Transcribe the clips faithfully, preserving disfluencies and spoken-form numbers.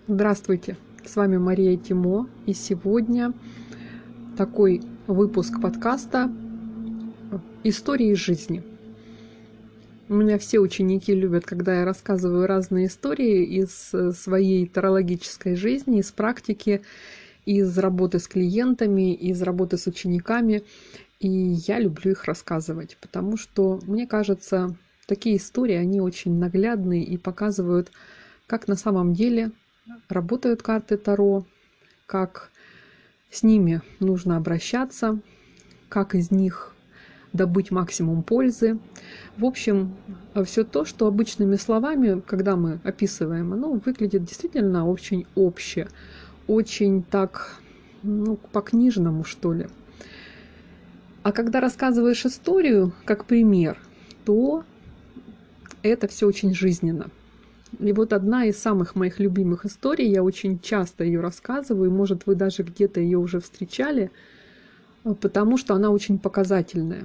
Здравствуйте, с вами Мария Тимо, и сегодня такой выпуск подкаста «Истории из жизни». У меня все ученики любят, когда я рассказываю разные истории из своей тарологической жизни, из практики, из работы с клиентами, из работы с учениками. И я люблю их рассказывать, потому что, мне кажется, такие истории, они очень наглядные и показывают, как на самом деле работают карты Таро, как с ними нужно обращаться, как из них добыть максимум пользы. В общем, все то, что обычными словами, когда мы описываем, оно выглядит действительно очень обще, очень так, ну, по-книжному, что ли. А когда рассказываешь историю, как пример, то это все очень жизненно. И вот одна из самых моих любимых историй, я очень часто ее рассказываю, может, вы даже где-то ее уже встречали, потому что она очень показательная.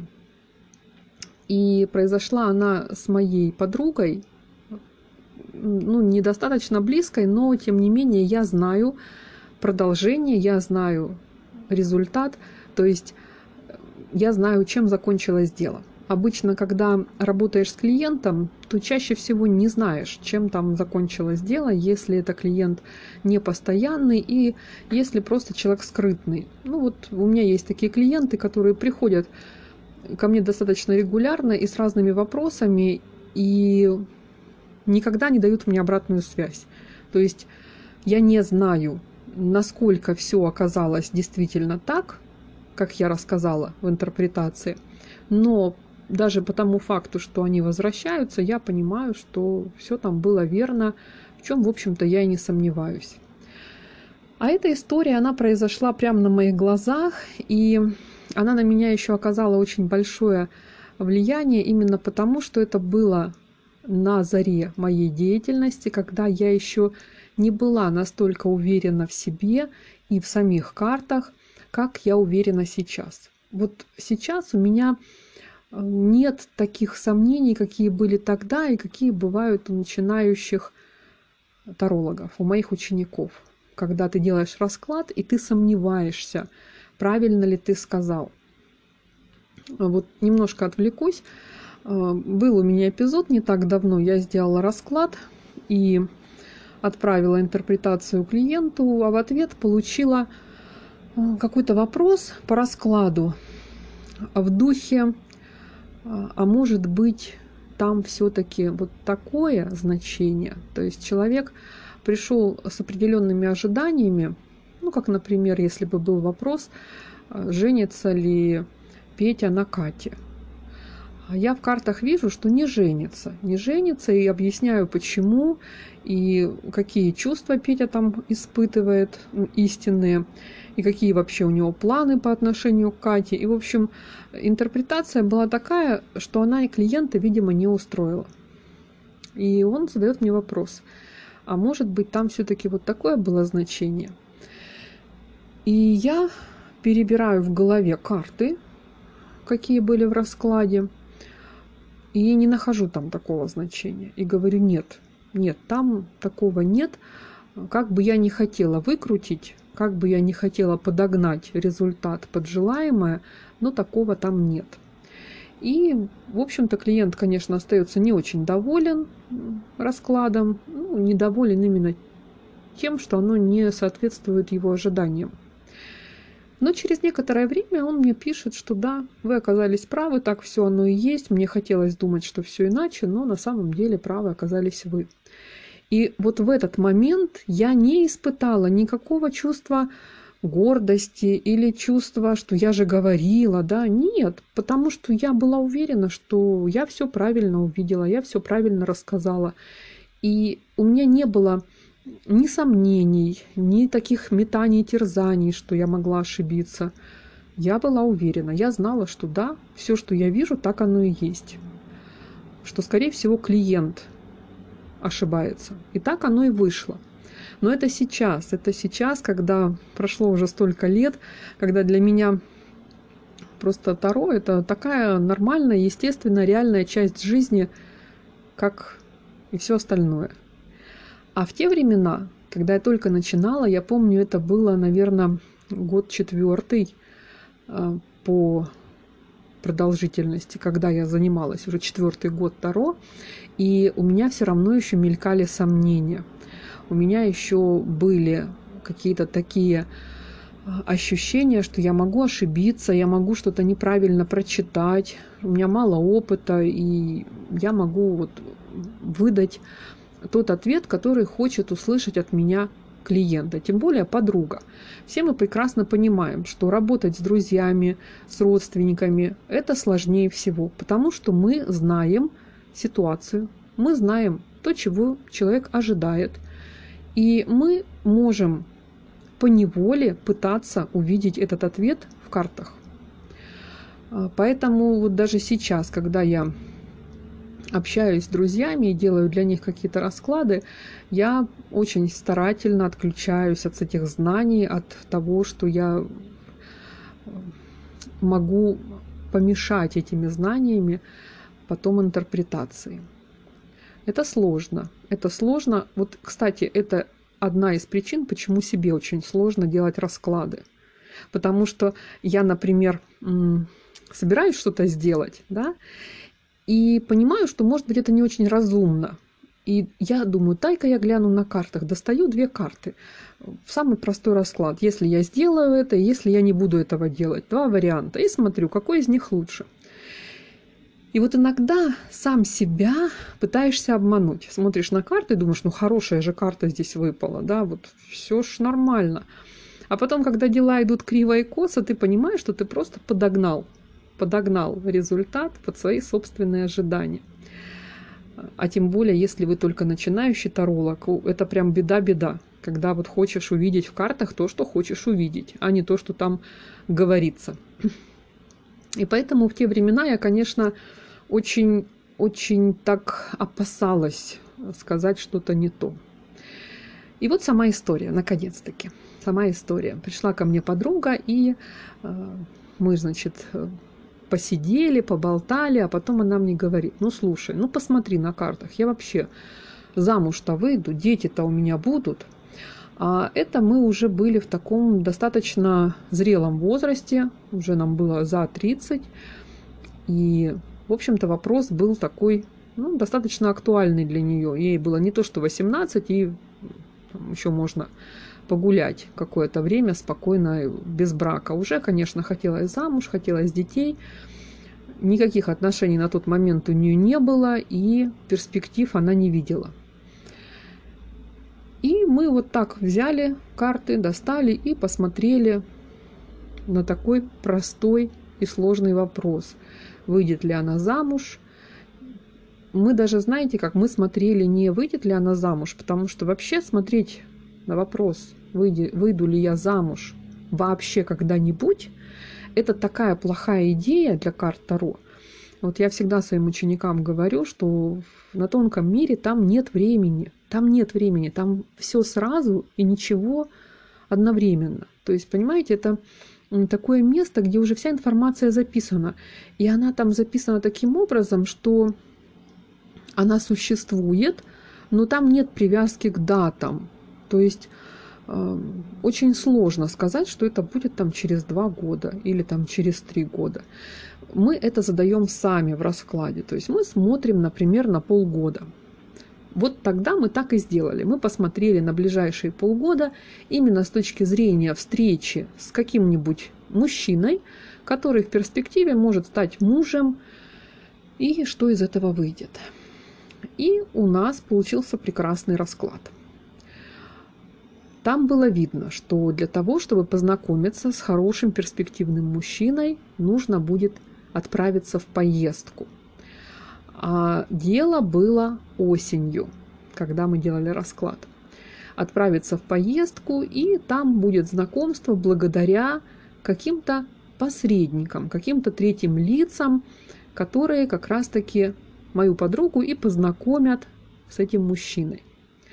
И произошла она с моей подругой, ну, недостаточно близкой, но, тем не менее, я знаю продолжение, я знаю результат, то есть я знаю, чем закончилось дело. Обычно, когда работаешь с клиентом, то чаще всего не знаешь, чем там закончилось дело, если это клиент не постоянный и если просто человек скрытный. Ну вот у меня есть такие клиенты, которые приходят ко мне достаточно регулярно и с разными вопросами, и никогда не дают мне обратную связь. То есть я не знаю, насколько все оказалось действительно так, как я рассказала в интерпретации, но даже по тому факту, что они возвращаются, я понимаю, что все там было верно, в чем, в общем-то, я и не сомневаюсь. А эта история, она произошла прямо на моих глазах, и она на меня еще оказала очень большое влияние, именно потому, что это было на заре моей деятельности, когда я еще не была настолько уверена в себе и в самих картах, как я уверена сейчас. Вот сейчас у меня нет таких сомнений, какие были тогда и какие бывают у начинающих тарологов, у моих учеников. Когда ты делаешь расклад, и ты сомневаешься, правильно ли ты сказал. Вот немножко отвлекусь. Был у меня эпизод не так давно. Я сделала расклад и отправила интерпретацию клиенту, а в ответ получила какой-то вопрос по раскладу в духе: а может быть, там все-таки вот такое значение. То есть человек пришел с определенными ожиданиями, ну, как, например, если бы был вопрос, женится ли Петя на Кате. А я в картах вижу, что не женится. Не женится, и объясняю, почему, и какие чувства Петя там испытывает истинные, и какие вообще у него планы по отношению к Кате. И, в общем, интерпретация была такая, что она и клиента, видимо, не устроила. И он задает мне вопрос: а может быть, там все-таки вот такое было значение? И я перебираю в голове карты, какие были в раскладе, и не нахожу там такого значения. И говорю: нет, нет, там такого нет. Как бы я ни хотела выкрутить, как бы я ни хотела подогнать результат под желаемое, но такого там нет. И, в общем-то, клиент, конечно, остается не очень доволен раскладом, ну, недоволен именно тем, что оно не соответствует его ожиданиям. Но через некоторое время он мне пишет, что да, вы оказались правы, так все оно и есть. Мне хотелось думать, что все иначе, но на самом деле правы оказались вы. И вот в этот момент я не испытала никакого чувства гордости или чувства, что я же говорила, да, нет, потому что я была уверена, что я все правильно увидела, я все правильно рассказала. И у меня не было ни сомнений, ни таких метаний, терзаний, что я могла ошибиться. Я была уверена, я знала, что да, все, что я вижу, так оно и есть. Что, скорее всего, клиент ошибается. И так оно и вышло. Но это сейчас, это сейчас, когда прошло уже столько лет, когда для меня просто Таро — это такая нормальная, естественная, реальная часть жизни, как и все остальное. А в те времена Когда я только начинала, я помню, это было, наверное, год четвертый по продолжительности, когда я занималась уже четвертый год Таро, и у меня все равно еще мелькали сомнения. У меня еще были какие-то такие ощущения, что я могу ошибиться, я могу что-то неправильно прочитать, у меня мало опыта, и я могу вот выдать тот ответ, который хочет услышать от меня клиента, тем более подруга. Все мы прекрасно понимаем, что работать с друзьями, с родственниками – это сложнее всего, потому что мы знаем ситуацию, мы знаем то, чего человек ожидает, и мы можем поневоле пытаться увидеть этот ответ в картах. Поэтому вот даже сейчас, когда я общаюсь с друзьями и делаю для них какие-то расклады, я очень старательно отключаюсь от этих знаний, от того, что я могу помешать этими знаниями потом интерпретации. Это сложно. Это сложно. Вот, кстати, это одна из причин, почему себе очень сложно делать расклады. Потому что я, например, собираюсь что-то сделать, да, и понимаю, что, может быть, это не очень разумно. И я думаю, дай-ка я гляну на картах. Достаю две карты. Самый простой расклад. Если я сделаю это, и если я не буду этого делать. Два варианта. И смотрю, какой из них лучше. И вот иногда сам себя пытаешься обмануть. Смотришь на карты и думаешь, ну хорошая же карта здесь выпала. Да, вот все ж нормально. А потом, когда дела идут криво и косо, ты понимаешь, что ты просто подогнал. подогнал результат под свои собственные ожидания. А тем более, если вы только начинающий таролог, это прям беда-беда, когда вот хочешь увидеть в картах то, что хочешь увидеть, а не то, что там говорится. И поэтому в те времена я, конечно, очень, очень так опасалась сказать что-то не то. И вот сама история, наконец-таки. Сама история. Пришла ко мне подруга, и э, мы, значит, посидели, поболтали, а потом она мне говорит, ну слушай, ну посмотри на картах, я вообще замуж-то выйду, дети-то у меня будут. А это мы уже были в таком достаточно зрелом возрасте, уже нам было за тридцать, и, в общем-то, вопрос был такой, ну, достаточно актуальный для нее. Ей было не то что восемнадцать, и там, еще можно погулять какое-то время спокойно, без брака. Уже, конечно, хотелось замуж, хотелось детей. Никаких отношений на тот момент у нее не было, и перспектив она не видела. И мы вот так взяли карты, достали и посмотрели на такой простой и сложный вопрос. Выйдет ли она замуж? Мы даже, знаете, как мы смотрели, не выйдет ли она замуж, потому что вообще смотреть на вопрос, выйду, выйду ли я замуж вообще когда-нибудь, это такая плохая идея для карт Таро. Вот я всегда своим ученикам говорю, что на тонком мире там нет времени. Там нет времени, там все сразу и ничего одновременно. То есть, понимаете, это такое место, где уже вся информация записана. И она там записана таким образом, что она существует, но там нет привязки к датам. То есть э, очень сложно сказать, что это будет там через два года или там через три года. Мы это задаем сами в раскладе. То есть мы смотрим, например, на полгода. Вот тогда мы так и сделали. Мы посмотрели на ближайшие полгода именно с точки зрения встречи с каким-нибудь мужчиной, который в перспективе может стать мужем, и что из этого выйдет. И у нас получился прекрасный расклад. Там было видно, что для того, чтобы познакомиться с хорошим перспективным мужчиной, нужно будет отправиться в поездку. А дело было осенью, когда мы делали расклад. Отправиться в поездку, и там будет знакомство благодаря каким-то посредникам, каким-то третьим лицам, которые как раз-таки мою подругу и познакомят с этим мужчиной.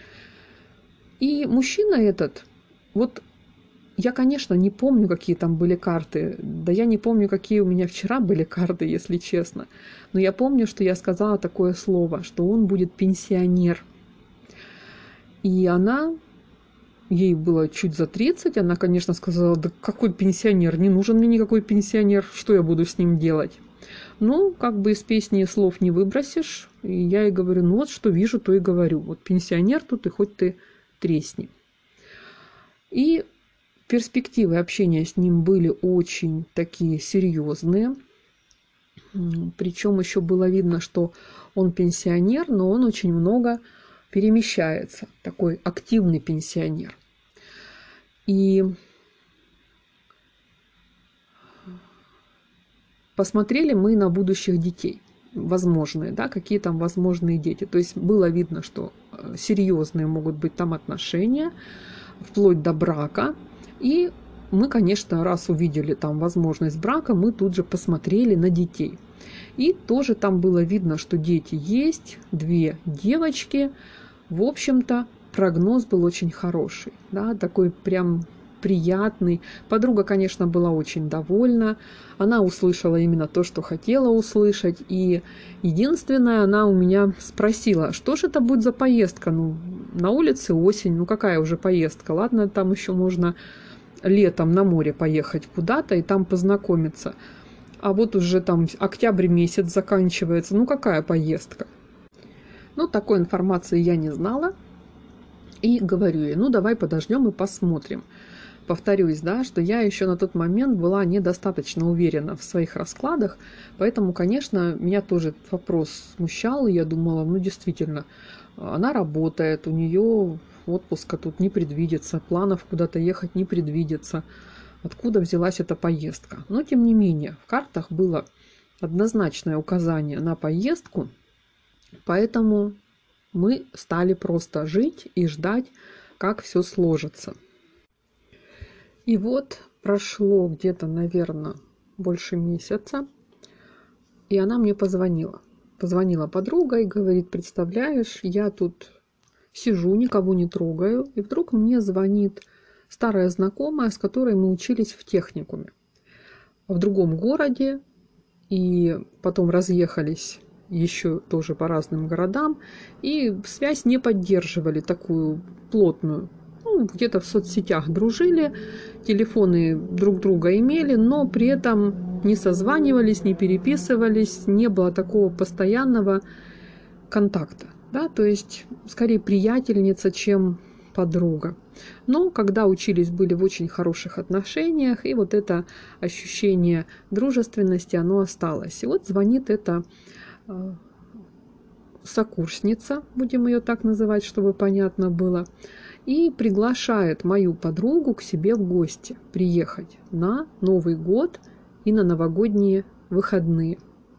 И мужчина этот, вот я, конечно, не помню, какие там были карты, да я не помню, какие у меня вчера были карты, если честно, но я помню, что я сказала такое слово, что он будет пенсионер. И она ей было чуть за тридцать, она, конечно, сказала: да какой пенсионер, не нужен мне никакой пенсионер, что я буду с ним делать? Ну, как бы из песни слов не выбросишь, и я ей говорю: ну вот что вижу, то и говорю, вот пенсионер тут, и хоть ты тресни. И перспективы общения с ним были очень такие серьезные, причем еще было видно, что он пенсионер, но он очень много перемещается, такой активный пенсионер. И посмотрели мы на будущих детей, возможные, да, какие там возможные дети. То есть было видно, что серьезные могут быть там отношения, вплоть до брака. И мы, конечно, раз увидели там возможность брака, мы тут же посмотрели на детей. И тоже там было видно, что дети есть, две девочки. В общем-то, прогноз был очень хороший, да, такой прям приятный. Подруга, конечно, была очень довольна. Она услышала именно то, что хотела услышать. И единственное, она у меня спросила: что же это будет за поездка? Ну, на улице осень, ну какая уже поездка? Ладно, там еще можно летом на море поехать куда-то и там познакомиться. А вот уже там октябрь месяц заканчивается. Ну какая поездка? Ну, такой информации я не знала. И говорю ей: ну давай подождем и посмотрим. Повторюсь, да, что я еще на тот момент была недостаточно уверена в своих раскладах, поэтому, конечно, меня тоже этот вопрос смущал, и я думала: ну действительно, она работает, у нее отпуска тут не предвидится, планов куда-то ехать не предвидится. Откуда взялась эта поездка? Но, тем не менее, в картах было однозначное указание на поездку, поэтому мы стали просто жить и ждать, как все сложится. И вот прошло где-то, наверное, больше месяца, и она мне позвонила. Позвонила подруга и говорит: представляешь, я тут сижу, никого не трогаю, и вдруг мне звонит старая знакомая, с которой мы учились в техникуме в другом городе, и потом разъехались еще тоже по разным городам, и связь не поддерживали такую плотную. Ну, где-то в соцсетях дружили, телефоны друг друга имели, но при этом не созванивались, не переписывались, не было такого постоянного контакта. Да? То есть, скорее, приятельница, чем подруга. Но когда учились, были в очень хороших отношениях, и вот это ощущение дружественности, оно осталось. И вот звонит эта э, сокурсница, будем ее так называть, чтобы понятно было, и приглашает мою подругу к себе в гости приехать на Новый год и на новогодние выходные.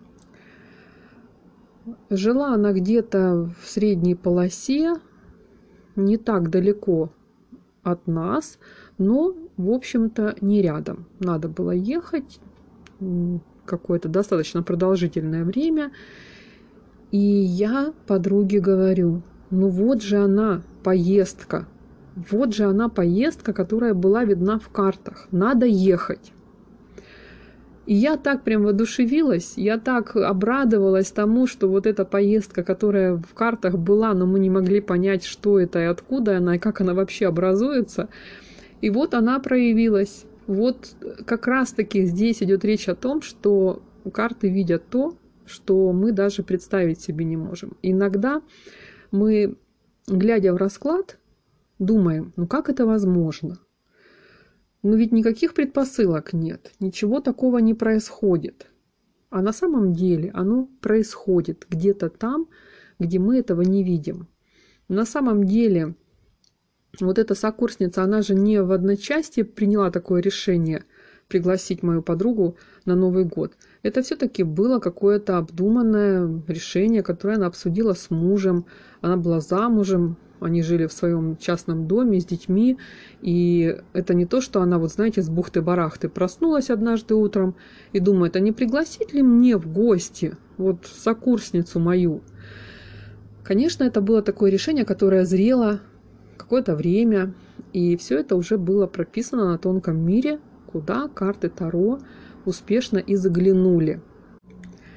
Жила она где-то в средней полосе, не так далеко от нас, но, в общем-то, не рядом. Надо было ехать какое-то достаточно продолжительное время. И я подруге говорю: ну вот же она, поездка. Вот же она, поездка, которая была видна в картах. Надо ехать. И я так прям воодушевилась, я так обрадовалась тому, что вот эта поездка, которая в картах была, но мы не могли понять, что это и откуда она, и как она вообще образуется. И вот она проявилась. Вот как раз-таки здесь идет речь о том, что карты видят то, что мы даже представить себе не можем. Иногда мы, глядя в расклад, думаем: ну как это возможно? Но ведь никаких предпосылок нет, ничего такого не происходит. А на самом деле оно происходит где-то там, где мы этого не видим. На самом деле вот эта сокурсница, она же не в одночасье приняла такое решение пригласить мою подругу на Новый год. Это все-таки было какое-то обдуманное решение, которое она обсудила с мужем. Она была замужем, они жили в своем частном доме с детьми. И это не то, что она, вот знаете, с бухты-барахты проснулась однажды утром и думает: а не пригласить ли мне в гости вот сокурсницу мою? Конечно, это было такое решение, которое зрело какое-то время. И все это уже было прописано на тонком мире, куда карты Таро успешно и заглянули.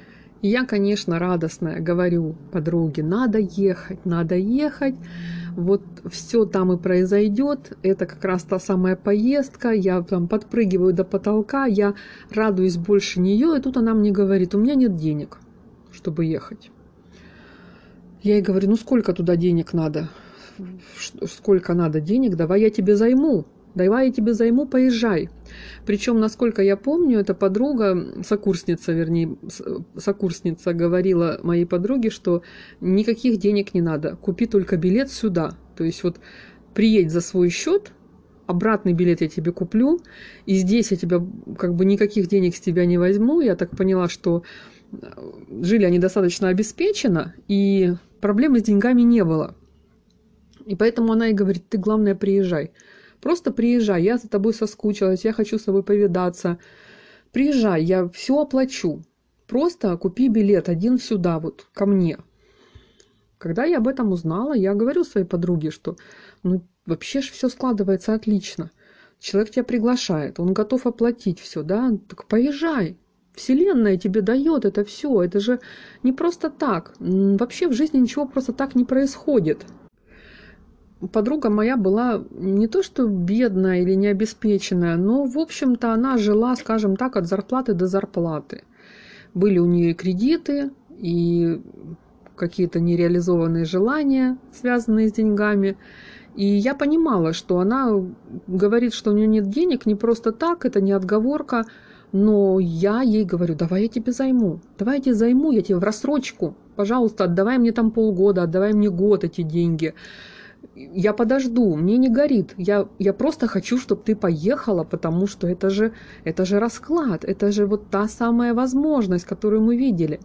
И я, конечно, радостная говорю подруге: надо ехать, надо ехать. Вот все там и произойдет. Это как раз та самая поездка. Я там подпрыгиваю до потолка, я радуюсь больше нее. И тут она мне говорит: у меня нет денег, чтобы ехать. Я ей говорю: ну сколько туда денег надо? Сколько надо денег? Давай я тебе займу. Давай я тебе займу, поезжай. Причем, насколько я помню, эта подруга, сокурсница, вернее, сокурсница говорила моей подруге, что никаких денег не надо, купи только билет сюда. То есть вот приедь за свой счет, обратный билет я тебе куплю, и здесь я тебя, как бы, никаких денег с тебя не возьму. Я так поняла, что жили они достаточно обеспеченно, и проблемы с деньгами не было. И поэтому она и говорит: ты, главное, приезжай. Просто приезжай, я за тобой соскучилась, я хочу с тобой повидаться. Приезжай, я все оплачу. Просто купи билет один сюда, вот ко мне. Когда я об этом узнала, я говорю своей подруге, что ну вообще же все складывается отлично. Человек тебя приглашает, он готов оплатить все, да? Так поезжай. Вселенная тебе дает это все. Это же не просто так. Вообще в жизни ничего просто так не происходит. Подруга моя была не то что бедная или необеспеченная, но, в общем-то, она жила, скажем так, от зарплаты до зарплаты. Были у нее и кредиты, и какие-то нереализованные желания, связанные с деньгами. И я понимала, что она говорит, что у нее нет денег не просто так, это не отговорка, но я ей говорю: давай я тебе займу, давай я тебе займу, я тебе в рассрочку, пожалуйста, отдавай мне там полгода, отдавай мне год эти деньги. Я подожду, мне не горит. Я, я просто хочу, чтобы ты поехала, потому что это же, это же расклад, это же вот та самая возможность, которую мы видели.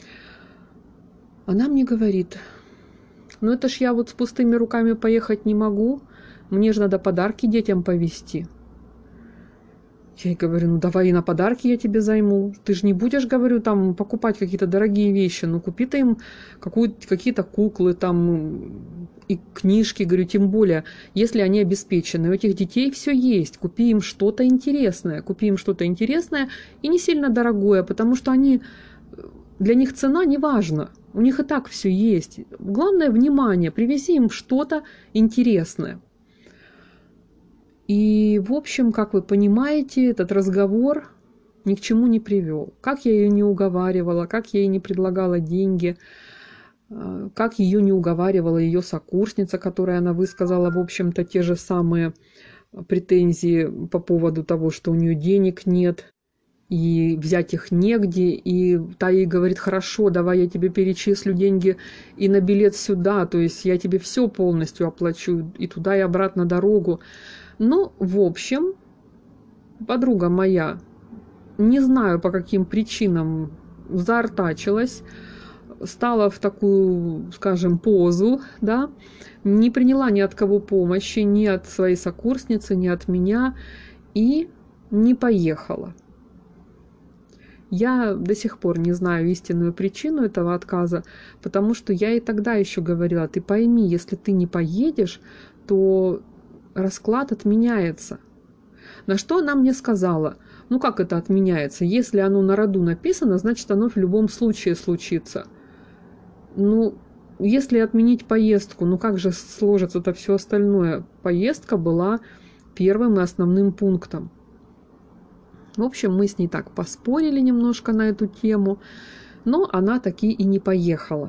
Она мне говорит: ну это ж я вот с пустыми руками поехать не могу, мне же надо подарки детям повезти. Я ей говорю: ну давай и на подарки я тебе займу. Ты же не будешь, говорю, там покупать какие-то дорогие вещи. Ну купи ты им какие-то куклы там и книжки, говорю, тем более, если они обеспечены. У этих детей все есть. Купи им что-то интересное. Купи им что-то интересное и не сильно дорогое, потому что они, для них цена не важна. У них и так все есть. Главное внимание. Привези им что-то интересное. И, в общем, как вы понимаете, этот разговор ни к чему не привел. Как я ее не уговаривала, как я ей не предлагала деньги, как ее не уговаривала ее сокурсница, которой она высказала, в общем-то, те же самые претензии по поводу того, что у нее денег нет, и взять их негде. И та ей говорит: хорошо, давай я тебе перечислю деньги и на билет сюда, то есть я тебе все полностью оплачу, и туда, и обратно дорогу. Ну, в общем, подруга моя, не знаю по каким причинам, заортачилась, стала в такую, скажем, позу, да, не приняла ни от кого помощи, ни от своей сокурсницы, ни от меня, и не поехала. Я до сих пор не знаю истинную причину этого отказа, потому что я и тогда еще говорила: ты пойми, если ты не поедешь, то расклад отменяется. На что она мне сказала: ну как это отменяется? Если оно на роду написано, значит оно в любом случае случится. Ну, если отменить поездку, ну как же сложится это все остальное? Поездка была первым и основным пунктом. В общем, мы с ней так поспорили немножко на эту тему, но она таки и не поехала.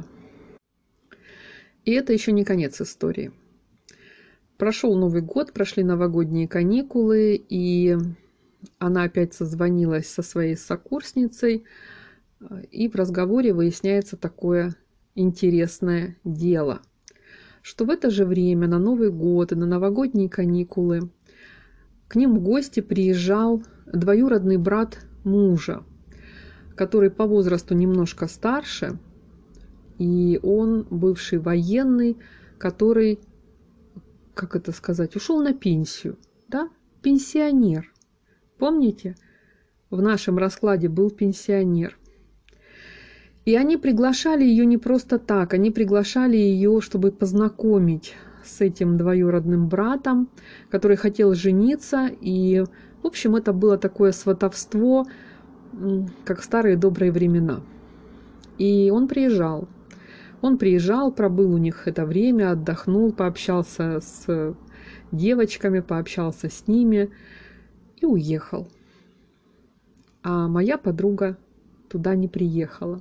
И это еще не конец истории. Прошел Новый год, прошли новогодние каникулы, и она опять созвонилась со своей сокурсницей, и в разговоре выясняется такое интересное дело, что в это же время, на Новый год и на новогодние каникулы, к ним в гости приезжал двоюродный брат мужа, который по возрасту немножко старше, и он бывший военный, который, как это сказать, ушел на пенсию, да, пенсионер. Помните, в нашем раскладе был пенсионер. И они приглашали ее не просто так, они приглашали ее, чтобы познакомить с этим двоюродным братом, который хотел жениться. И, в общем, это было такое сватовство, как в старые добрые времена. И он приезжал. Он приезжал, пробыл у них это время, отдохнул, пообщался с девочками, пообщался с ними и уехал. А моя подруга туда не приехала.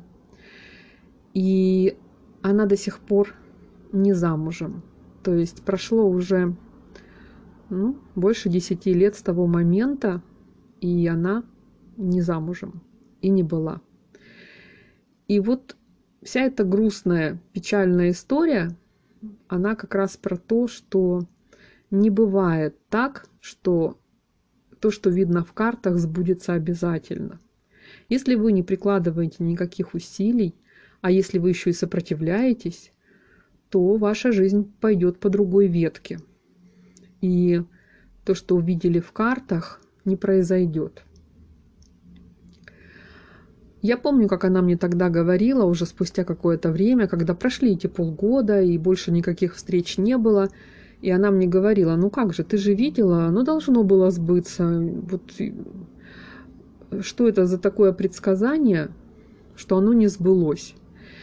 И она до сих пор не замужем. То есть прошло уже ну, больше десяти лет с того момента, и она не замужем и не была. И вот вся эта грустная, печальная история, она как раз про то, что не бывает так, что то, что видно в картах, сбудется обязательно. Если вы не прикладываете никаких усилий, а если вы еще и сопротивляетесь, то ваша жизнь пойдет по другой ветке. И то, что увидели в картах, не произойдет. Я помню, как она мне тогда говорила, уже спустя какое-то время, когда прошли эти полгода и больше никаких встреч не было, и она мне говорила: ну как же, ты же видела, оно должно было сбыться. Вот что это за такое предсказание, что оно не сбылось?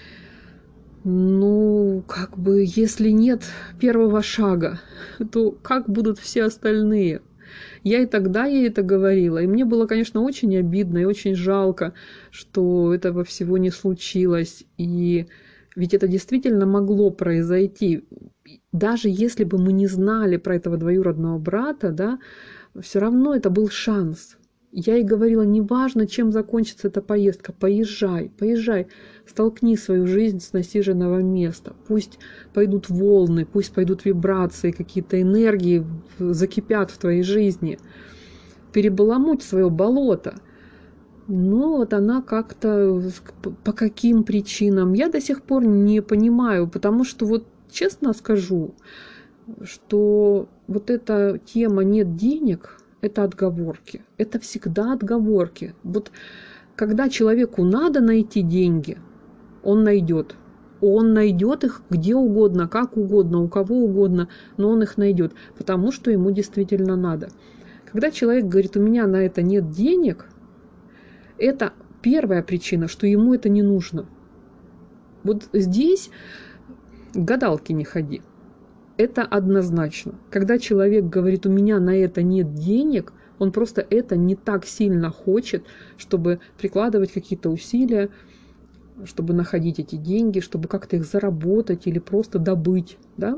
Ну, как бы, если нет первого шага, то как будут все остальные? Я и тогда ей это говорила, и мне было, конечно, очень обидно и очень жалко, что этого всего не случилось. И ведь это действительно могло произойти. Даже если бы мы не знали про этого двоюродного брата, да, все равно это был шанс. Я ей говорила: неважно, чем закончится эта поездка, поезжай, поезжай, столкни свою жизнь с насиженного места. Пусть пойдут волны, пусть пойдут вибрации, какие-то энергии закипят в твоей жизни. Перебаламуть свое болото. Но вот она как-то, по каким причинам, я до сих пор не понимаю, потому что вот честно скажу, что вот эта тема «нет денег» — это отговорки. Это всегда отговорки. Вот когда человеку надо найти деньги, он найдет. Он найдет их где угодно, как угодно, у кого угодно, но он их найдет, потому что ему действительно надо. Когда человек говорит: у меня на это нет денег, это первая причина, что ему это не нужно. Вот здесь к гадалке не ходи. Это однозначно. Когда человек говорит: у меня на это нет денег, он просто это не так сильно хочет, чтобы прикладывать какие-то усилия, чтобы находить эти деньги, чтобы как-то их заработать или просто добыть. Да?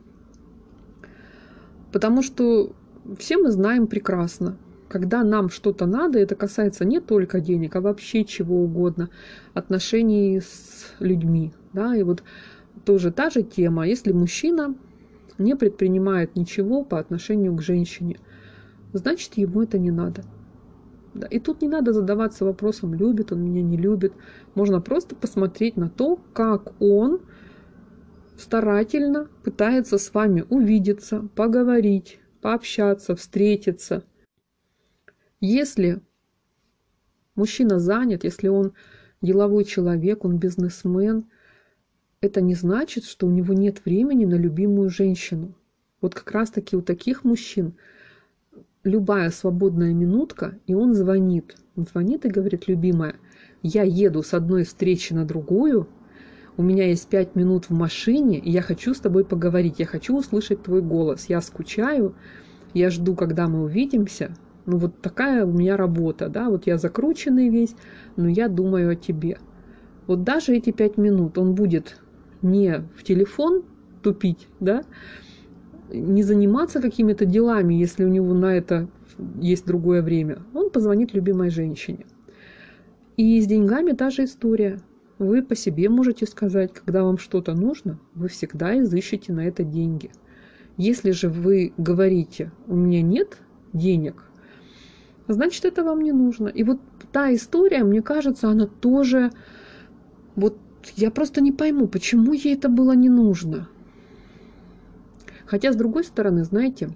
Потому что все мы знаем прекрасно, когда нам что-то надо, это касается не только денег, а вообще чего угодно, отношений с людьми. Да? И вот тоже та же тема, если мужчина не предпринимает ничего по отношению к женщине, значит, ему это не надо. Да. И тут не надо задаваться вопросом: любит он меня, не любит. Можно просто посмотреть на то, как он старательно пытается с вами увидеться, поговорить, пообщаться, встретиться. Если мужчина занят, если он деловой человек, он бизнесмен, это не значит, что у него нет времени на любимую женщину. Вот как раз-таки у таких мужчин любая свободная минутка, и он звонит. Он звонит и говорит: любимая, я еду с одной встречи на другую, у меня есть пять минут в машине, и я хочу с тобой поговорить, я хочу услышать твой голос, я скучаю, я жду, когда мы увидимся. Ну вот такая у меня работа, да, вот я закрученный весь, но я думаю о тебе. Вот даже эти пять минут он будет не в телефон тупить, да, не заниматься какими-то делами, если у него на это есть другое время. Он позвонит любимой женщине. И с деньгами та же история. Вы по себе можете сказать, когда вам что-то нужно, вы всегда изыщете на это деньги. Если же вы говорите: у меня нет денег, значит, это вам не нужно. И вот та история, мне кажется, она тоже... Вот я просто не пойму, почему ей это было не нужно. Хотя, с другой стороны, знаете,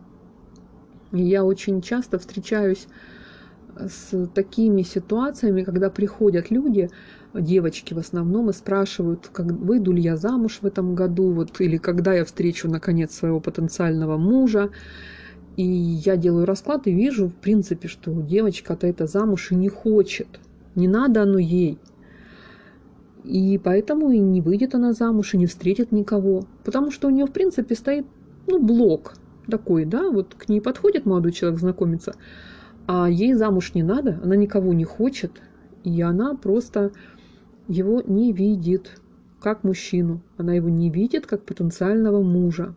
я очень часто встречаюсь с такими ситуациями, когда приходят люди, девочки в основном, и спрашивают, как, выйду ли я замуж в этом году, вот, или когда я встречу, наконец, своего потенциального мужа. И я делаю расклад и вижу, в принципе, что девочка-то это замуж и не хочет. Не надо оно ей. И поэтому и не выйдет она замуж, и не встретит никого. Потому что у нее, в принципе, стоит, ну, блок такой, да, вот к ней подходит молодой человек знакомиться, а ей замуж не надо, она никого не хочет, и она просто его не видит как мужчину. Она его не видит как потенциального мужа.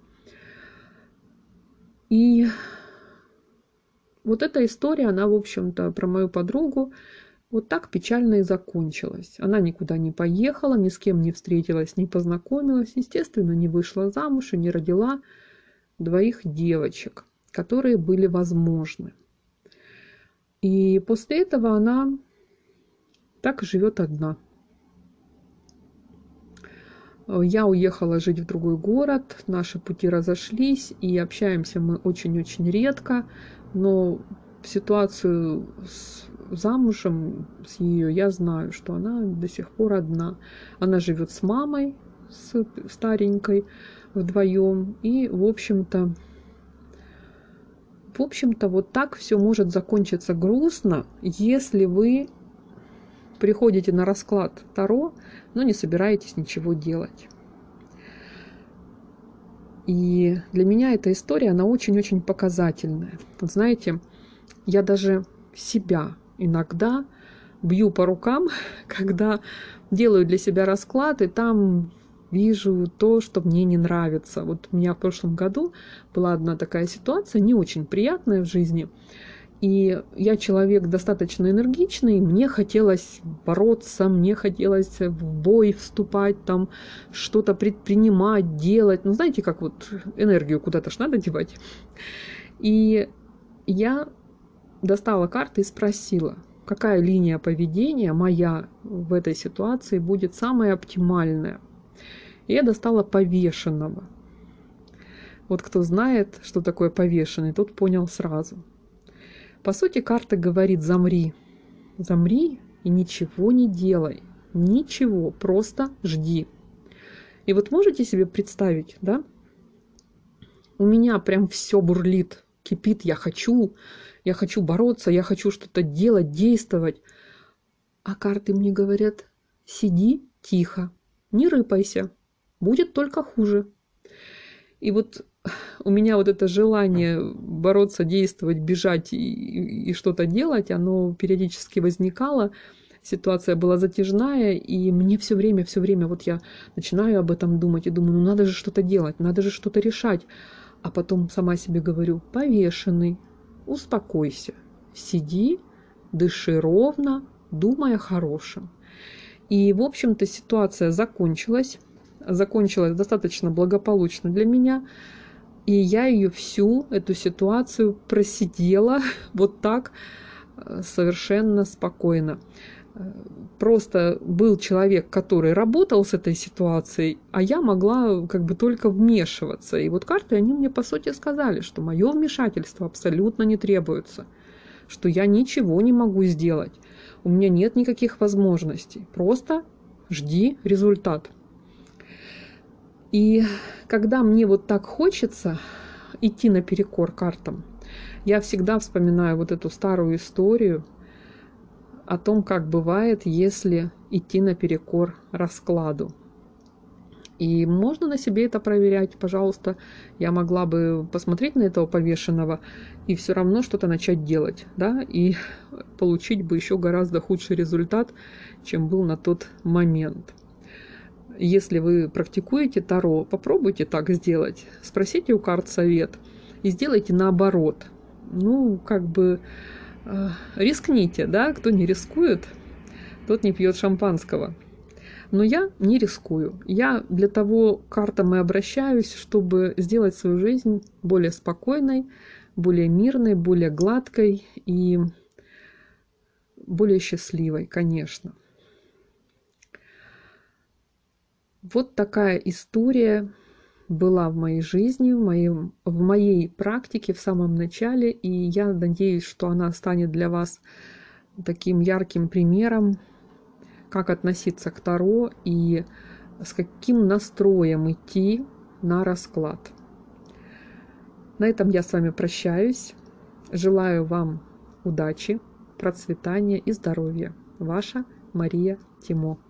И вот эта история, она, в общем-то, про мою подругу вот так печально и закончилась. Она никуда не поехала, ни с кем не встретилась, не познакомилась, естественно, не вышла замуж и не родила двоих девочек, которые были возможны. И после этого она так и живет одна. Я уехала жить в другой город, наши пути разошлись, и общаемся мы очень-очень редко, но ситуацию с замужем, с ее, я знаю, что она до сих пор одна. Она живет с мамой, с старенькой, вдвоем, и, в общем-то, в общем-то, вот так все может закончиться грустно, если вы приходите на расклад Таро, но не собираетесь ничего делать. И для меня эта история, она очень-очень показательная. Вот знаете, я даже себя иногда бью по рукам, когда делаю для себя расклад, и там вижу то, что мне не нравится. Вот у меня в прошлом году была одна такая ситуация, не очень приятная в жизни. И я человек достаточно энергичный, мне хотелось бороться, мне хотелось в бой вступать, там что-то предпринимать, делать. Ну, знаете, как вот энергию куда-то ж надо девать. И я достала карты и спросила, какая линия поведения моя в этой ситуации будет самая оптимальная. И я достала повешенного. Вот кто знает, что такое повешенный, тот понял сразу. По сути, карта говорит: замри, замри и ничего не делай, ничего, просто жди. И вот можете себе представить, да? У меня прям все бурлит, кипит, я хочу, я хочу бороться, я хочу что-то делать, действовать. А карты мне говорят: сиди тихо, не рыпайся, будет только хуже. И вот у меня вот это желание бороться, действовать, бежать и, и что-то делать, оно периодически возникало. Ситуация была затяжная, и мне все время, все время, вот я начинаю об этом думать и думаю, ну надо же что-то делать, надо же что-то решать. А потом сама себе говорю: повешенный, успокойся, сиди, дыши ровно, думай о хорошем. И, в общем-то, ситуация закончилась. Закончилась достаточно благополучно для меня. И я ее всю, эту ситуацию, просидела вот так совершенно спокойно. Просто был человек, который работал с этой ситуацией, а я могла как бы только вмешиваться. И вот карты, они мне по сути сказали, что мое вмешательство абсолютно не требуется, что я ничего не могу сделать, у меня нет никаких возможностей, просто жди результат. И когда мне вот так хочется идти наперекор картам, я всегда вспоминаю вот эту старую историю о том, как бывает, если идти наперекор раскладу. И можно на себе это проверять, пожалуйста. Я могла бы посмотреть на этого повешенного и все равно что-то начать делать, да, и получить бы еще гораздо худший результат, чем был на тот момент. Если вы практикуете Таро, попробуйте так сделать. Спросите у карт совет и сделайте наоборот. Ну, как бы э, рискните, да? Кто не рискует, тот не пьет шампанского. Но я не рискую. Я для того к картам и обращаюсь, чтобы сделать свою жизнь более спокойной, более мирной, более гладкой и более счастливой, конечно. Вот такая история была в моей жизни, в, моем, в моей практике в самом начале, и я надеюсь, что она станет для вас таким ярким примером, как относиться к Таро и с каким настроем идти на расклад. На этом я с вами прощаюсь. Желаю вам удачи, процветания и здоровья. Ваша Мария Тимо.